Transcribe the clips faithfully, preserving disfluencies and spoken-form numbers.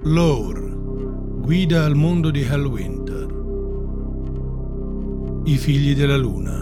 Lore, guida al mondo di Hellwinter. I figli della luna.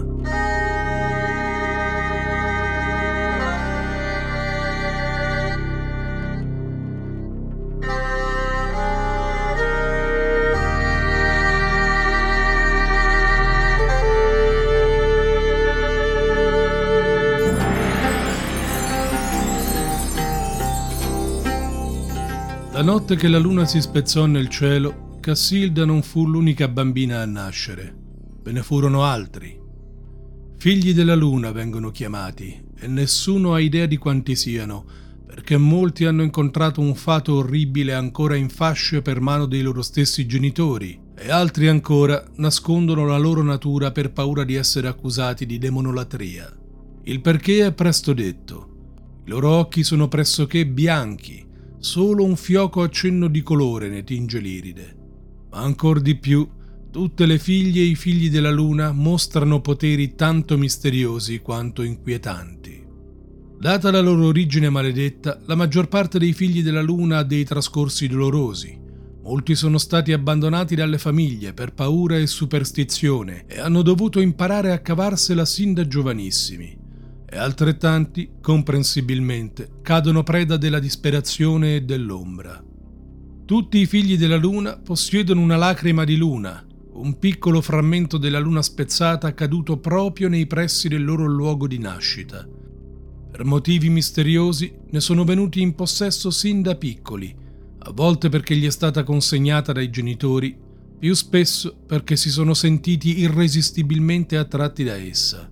La notte che la luna si spezzò nel cielo, Cassilda non fu l'unica bambina a nascere. Ve ne furono altri. Figli della luna vengono chiamati, e nessuno ha idea di quanti siano, perché molti hanno incontrato un fato orribile ancora in fasce per mano dei loro stessi genitori, e altri ancora nascondono la loro natura per paura di essere accusati di demonolatria. Il perché è presto detto. I loro occhi sono pressoché bianchi, solo un fioco accenno di colore ne tinge l'iride. Ma ancor di più, tutte le figlie e i figli della luna mostrano poteri tanto misteriosi quanto inquietanti. Data la loro origine maledetta, la maggior parte dei figli della luna ha dei trascorsi dolorosi. Molti sono stati abbandonati dalle famiglie per paura e superstizione e hanno dovuto imparare a cavarsela sin da giovanissimi. E altrettanti, comprensibilmente, cadono preda della disperazione e dell'ombra. Tutti i figli della luna possiedono una lacrima di luna, un piccolo frammento della luna spezzata caduto proprio nei pressi del loro luogo di nascita. Per motivi misteriosi ne sono venuti in possesso sin da piccoli, a volte perché gli è stata consegnata dai genitori, più spesso perché si sono sentiti irresistibilmente attratti da essa.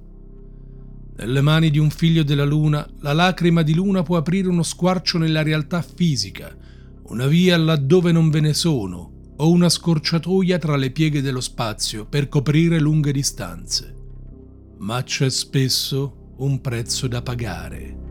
Nelle mani di un figlio della luna, la lacrima di luna può aprire uno squarcio nella realtà fisica, una via laddove non ve ne sono, o una scorciatoia tra le pieghe dello spazio per coprire lunghe distanze. Ma c'è spesso un prezzo da pagare.